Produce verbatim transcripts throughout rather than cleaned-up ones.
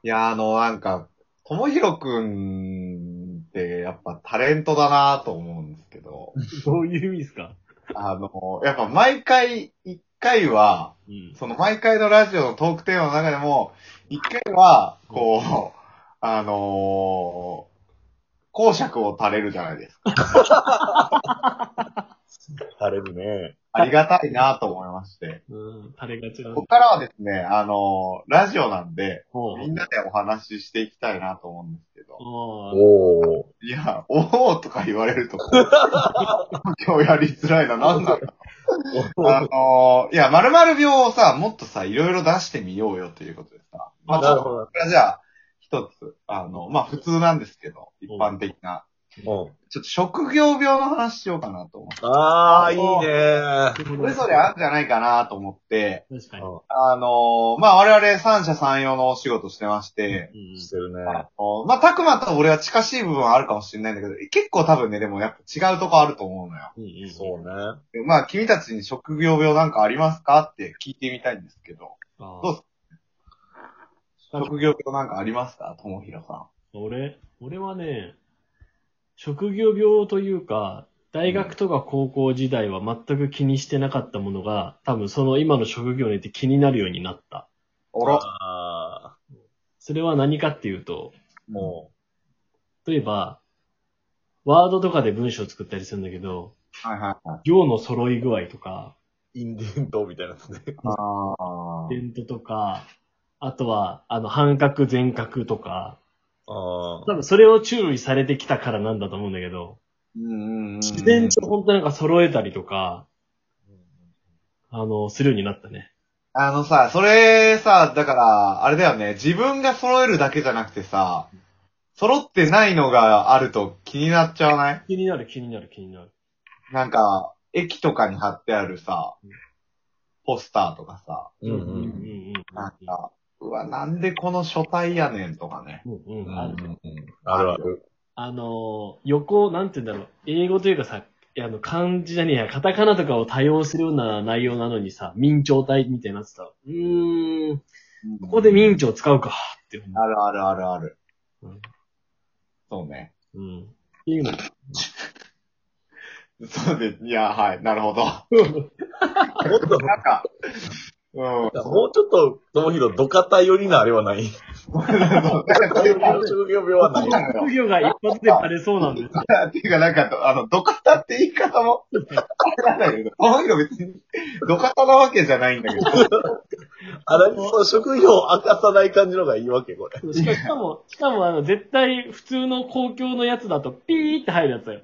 いや、あの、なんか、ともひろくんってやっぱタレントだなと思うんですけど、 どういう意味ですか？ あの、やっぱ毎回一回は、 うん。 その毎回のラジオのトークテーマの中でも、一回は、こう、あのー、講釈を垂れるじゃないですか。 されるね。 ありがたいなと思いまして。 うん、垂れがちなんだ。 ここからはですね、あのー、ラジオなんで、 ほうみんなでお話ししていきたいなと思うんですけど。 あおー。 いや、おーとか言われると、今日やりづらいな、なんだろう。あのー、いや、〇〇病をさ、もっとさ、いろいろ出してみようよということでさ。まあ、 なるほど。 これはじゃあ、一つ、あの、まあ、普通なんですけど、一般的な。 うん。 ちょっと職業病の話しようかなと思って。 あー、いいねあ。 それぞれあるんじゃないかなと思って、 確かに。 あのー、まあ、我々三者三様のお仕事してまして、 うんしてるね。 あのまあ、たくまと俺は近しい部分はあるかもしれないんだけど、結構多分ね、でもやっぱ違うとこあると思うのよ。 うんうん。 そうね。 でまあ、君たちに職業病なんかありますかって聞いてみたいんですけど、 あどうす職業病なんかありますかともひろさ俺、俺はね、職業病というか、大学とか高校時代は全く気にしてなかったものが、多分その今の職業によって気になるようになった。 ん。おろ。 あそれは何かっていうと、 ー、も例えば、ワードとかで文章を作ったりするんだけど、 はいはいはい。 行の揃い具合とか、 う、インデントみたいなやつね。 あテントとか、あとは、あの、半角全角とか、 あ多分それを注意されてきたからなんだと思うんだけど、 うんうんうん。 自然と本当になんか揃えたりとか、あの、するようになったね。 あのさ、それさ、だから、あれだよね、自分が揃えるだけじゃなくてさ、揃ってないのがあると気になっちゃわない気になる気になる気になる。 なんか、駅とかに貼ってあるさうん、 ポスターとかさ、 うんうん。 うんなんか、うわ、なんでこの書体やねんとかね。 うんうん。うんうん。 うんうんうん。あるある。 あの、横、なんて言うんだろう、英語というかさ、いやあの、漢字じゃねえや、カタカナとかを多用するような内容なのにさ、明朝体みたいになってた。うーん、ここで明朝使うか、って思う。 あるあるあるある。 うん。 そうね。 うん。っていうの。 そうです。いや、はい、なるほど。 もっと、 なんか、うん。 もうちょっと、ともひろ、ドカタ寄りなあれはない。ドカタ寄りの職業病はない。 職業が一発でバレそうなんですよ。 っていうか、なんか、あの、ドカタって言い方も、あれなんだけど、この人別に、ドカタなわけじゃないんだけど。 あれ、そう、職業を明かさない感じのがいいわけ、これ。 しかも、しかもあの、絶対普通の公共のやつだとピーって入るやつだよ。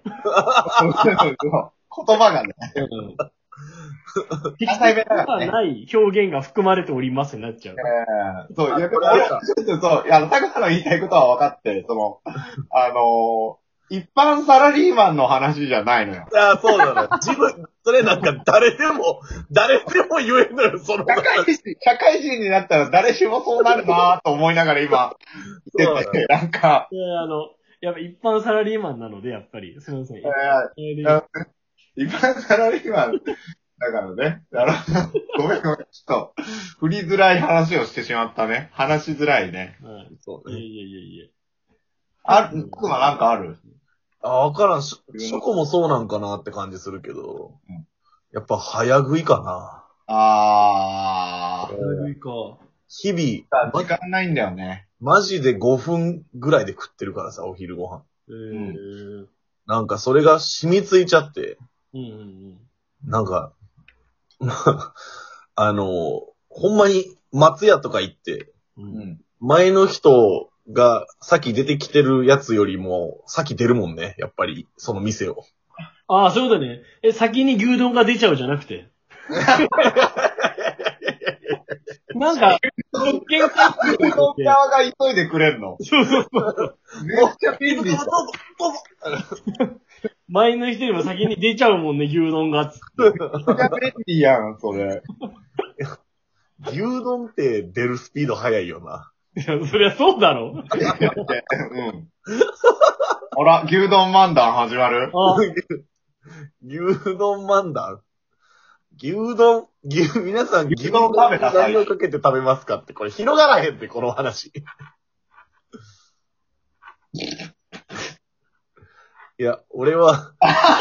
言葉がね。 うん。 関西弁だからねはない表現が含まれておりますになっちゃう。 えーそう、いや、でも俺、ちょっとそう、いや、タクさんの言いたいことは分かって、その、あのー、一般サラリーマンの話じゃないのよ。 ああ、そうなの。自分、それなんか誰でも、誰でも言えんのよ、その。 社会人、社会人になったら誰しもそうなるなぁと思いながら今、言ってて、なんか、 いや、あの、やっぱ一般サラリーマンなので、やっぱり。すみません。 えー一般サラリーマン、だからね、なるほど。ごめんごめん、ちょっと、振りづらい話をしてしまったね。話しづらいね。 はい。 そうね。 いやいやいやいや。 ある、くまなんかあるあ、わからん。し書庫もそうなんかなって感じするけど、 うんやっぱ早食いかな。 あー。 軽いか。 日々、 時間ないんだよね。 マジでごふんぐらいで食ってるからさ、お昼ご飯。 えー。 なんかそれが染みついちゃって、 うんうんなんか、あの、ほんまに松屋とか行って、 う。 うんん。 前の人が先出てきてるやつよりも先出るもんね、やっぱり、その店を。 ああ、そうだね。え、先に牛丼が出ちゃうじゃなくて。なんか、特権階級の側が急いでくれんの。 そうそうそう。 めっちゃ便利じゃん。 前の人よりも先に出ちゃうもんね、牛丼が。つってめっちゃ便利やん、それ。 牛丼って出るスピード速いよな。 いや、そりゃそうだろ。 うん。ほら、牛丼漫談始まるあ、 牛丼漫談牛丼、牛、皆さん牛丼食べた何をかけて食べますかって、これ広がらへんって、この話。 いや、俺は、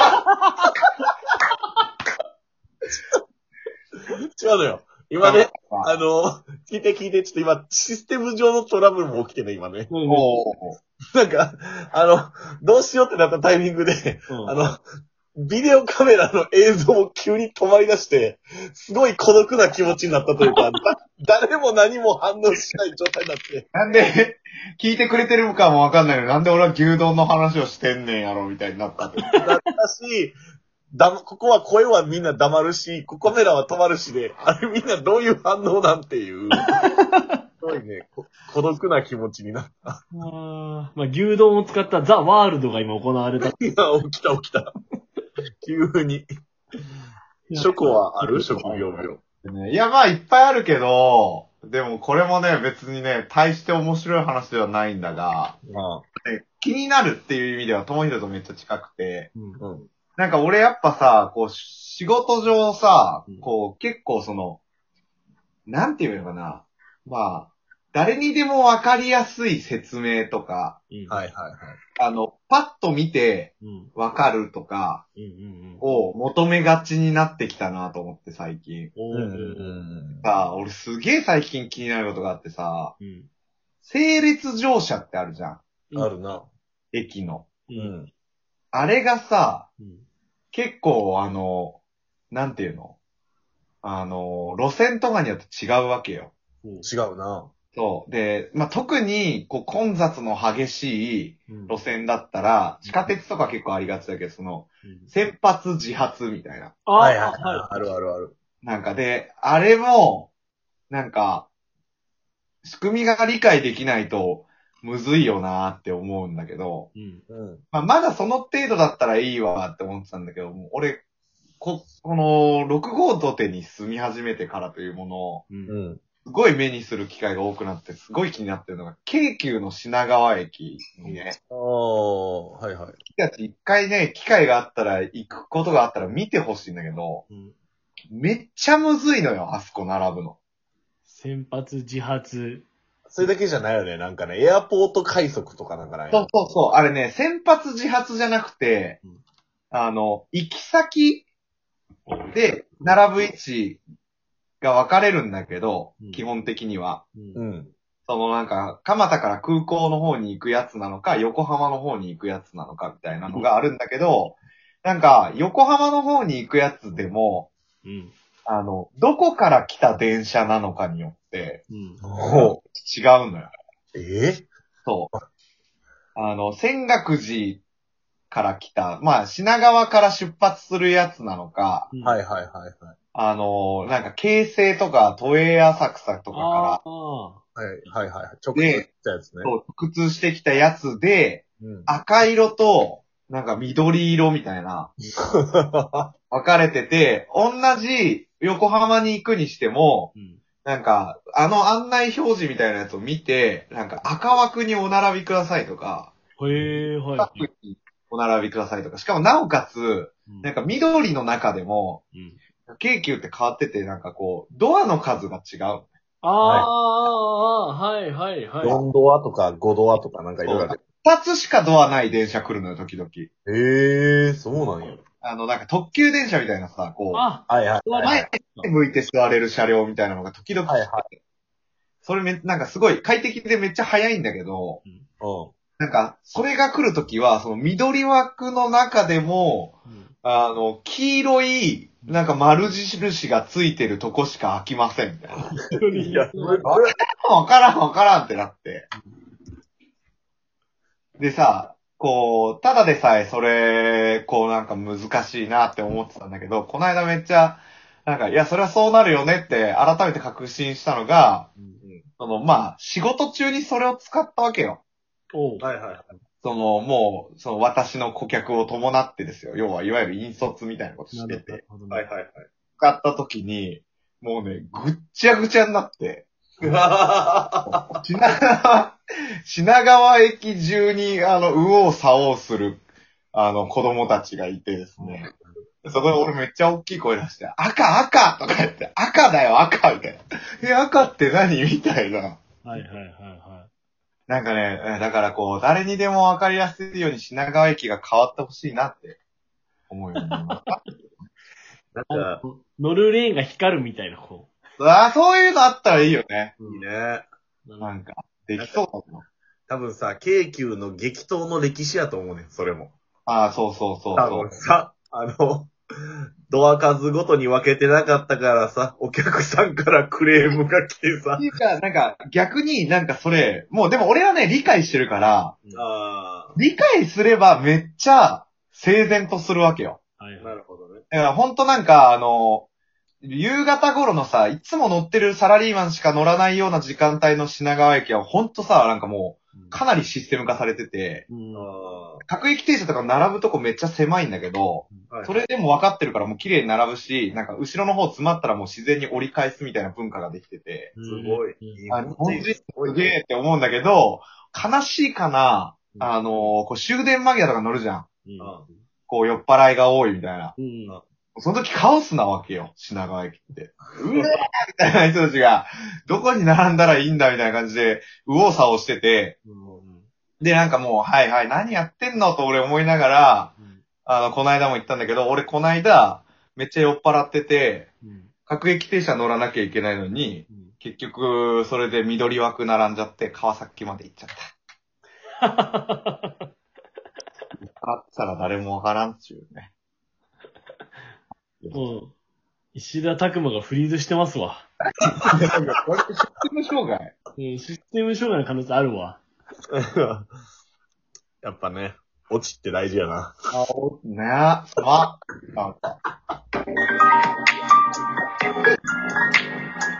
違うのよ。今ね、あの、聞いて聞いて、ちょっと今、システム上のトラブルも起きてね、今ね。 おー。 なんか、あの、どうしようってなったタイミングで、 うんあの、ビデオカメラの映像も急に止まり出して、すごい孤独な気持ちになったというか、だ誰も何も反応しない状態になって。 なんで、聞いてくれてるかもわかんないけど、なんで俺は牛丼の話をしてんねんやろ、みたいになったって。 だったし、だ、ここは声はみんな黙るし、ここカメラは止まるしで、あれみんなどういう反応なんていう、すごいね、こ孤独な気持ちになった。 あーまあ、牛丼を使ったザ・ワールドが今行われた。 いや、起きた起きた。急に。ショコはある職業病。 ねいや、まあ、いっぱいあるけど、でもこれもね、別にね、大して面白い話ではないんだが、 あね気になるっていう意味では、ともひろとめっちゃ近くて、 うんあ。うん。 なんか俺やっぱさ、こう、仕事上さうん、 こう、結構その、なんていうのかな。まあ、誰にでもわかりやすい説明とか、 うんはいはいはい。 あの、パッと見てうんわかるとかうんうんを求めがちになってきたなと思って最近。 おーうんうんさあ、俺すげえ最近気になることがあってさ、 うん整列乗車ってあるじゃん。 うん。あるな。 駅の。 ううんん。 あれがさ、 うん結構あの、なんていうのあの、路線とかによって違うわけよ。 違うな。 そう。で、まあ、特に、こう、混雑の激しいうん路線だったら、地下鉄とか結構ありがちだけど、その、 うん先発自発みたいな。 あはいはいははい。あるあるある。 なんかで、あれも、なんか、仕組みが理解できないと、むずいよなーって思うんだけど、 い。うん。 うん。 まあ、まだその程度だったらいいわって思ってたんだけど、もう俺、こ、この、ろく号土手に住み始めてからというものを、 うん。 うん。 すごい目にする機会が多くなって、すごい気になってるのが、京急の品川駅にね、 ああ、はいはい。 君たち一回ね、機会があったら、行くことがあったら見てほしいんだけど、 うん。 めっちゃむずいのよ、あそこ並ぶの。 先発、自発。 それだけじゃないよね。なんかね、エアポート快速とかなんかないそうそうそう。あれね、先発自発じゃなくて、 うんあの、行き先で並ぶ位置が分かれるんだけど、 うん基本的には。 うんうん。 そのなんか、蒲田から空港の方に行くやつなのか、横浜の方に行くやつなのかみたいなのがあるんだけど、なんか、横浜の方に行くやつでも、 うん。 あの、どこから来た電車なのかによってうん。 ほ違うのよ。 う。えそう。あの、仙岳寺から来た、まあ、品川から出発するやつなのか、 はいはいはいはい。 あの、なんか、京成とか都営浅草とかああ。 かはいはいはい。直接ったやつねら、。そう、直通してきたやつで、 うん。 赤色と、なんか緑色みたいな、分かれてて、同じ横浜に行くにしても、 うん。 なんか、あの案内表示みたいなやつを見て、なんか赤枠にお並びくださいとか、 へえ、はい。 赤枠にお並びくださいとか、しかもなおかつ、なんか緑の中でも、 うん。 京急って変わってて、なんかこう、ドアの数が違う。 ああ、はいはいはい。 よんドアとかごドアとかなんかいろいろある。 二つしかドアない電車来るのよ、時々。 へえ、そうなんや。 あの、なんか特急電車みたいなさ、こう、 あ、 はいはいはい。 前に向いて座れる車両みたいなのが時々来て、 はいはそれめ、なんかすごい快適でめっちゃ早いんだけど、 うん。 なんか、それが来るときは、その緑枠の中でも、 うんあの、黄色い、なんか丸印がついてるとこしか開きません、みたいな。 いや、それ、 わからんわからんってなって。でさ、こう、ただでさえそれ、こうなんか難しいなって思ってたんだけど、この間めっちゃ、なんか、いや、それはそうなるよねって改めて確信したのが、その、まあ、仕事中にそれを使ったわけよ。 おう。 はいはい。 その、もう、その私の顧客を伴ってですよ。要は、いわゆる引率みたいなことしてて、 なるほどねはいはいはい。 使った時に、もうね、ぐっちゃぐちゃになって、品川、品川駅中に、あの、右往左往する、あの、子供たちがいてですね。そこで俺めっちゃ大きい声出して、赤赤とか言って、赤だよ赤みたいな。え、赤って何みたいな。 はいはいはいはなんかね、だからこう、誰にでもわかりやすいように品川駅が変わってほしいなって思うよね。 なんか、 乗るレーンが光るみたいな、こあそういうのあったらいいよね。 う。 いいね。 なんか、できそうだもん。 多分さ、京急の激闘の歴史やと思うねん、それも。 ああ、そうそうそう多そう。 分さ、あの、ドア数ごとに分けてなかったからさ、お客さんからクレームが来てさって。いうか、なんか、逆になんかそれ、もうでも俺はね、理解してるから、 あ理解すればめっちゃ整然とするわけよ。 あ、 はいは。 ないるほどね。 だからほんとなんか、あの、夕方頃のさ、いつも乗ってるサラリーマンしか乗らないような時間帯の品川駅はほんとさ、なんかもう、かなりシステム化されてて、 うん。 あ各駅停車とか並ぶとこめっちゃ狭いんだけど、 あ、はい。 それでも分かってるからもう綺麗に並ぶし、なんか後ろの方詰まったらもう自然に折り返すみたいな文化ができてて、 すごい。 うんあ日本人すすごいげえって思うんだけど、悲しいかな、 うんあのーこう終電間際とか乗るじゃん。 うんあこう酔っ払いが多いみたいな。 うん。 その時カオスなわけよ、品川駅って。うわーみたいな人たちが、どこに並んだらいいんだみたいな感じで、右往左往してて、で、なんかもう、はいはい、何やってんのと俺思いながら、あの、この間も言ったんだけど、俺この間、めっちゃ酔っ払ってて、各駅停車乗らなきゃいけないのに、結局、それで緑枠並んじゃって、川崎まで行っちゃった。あったら誰もわからんっちゅうね。 もう、石田拓馬がフリーズしてますわ。 これシステム障害。 うん、システム障害の可能性あるわ。 やっぱね、オチって大事やな。 あ、お、ねあ、なんか。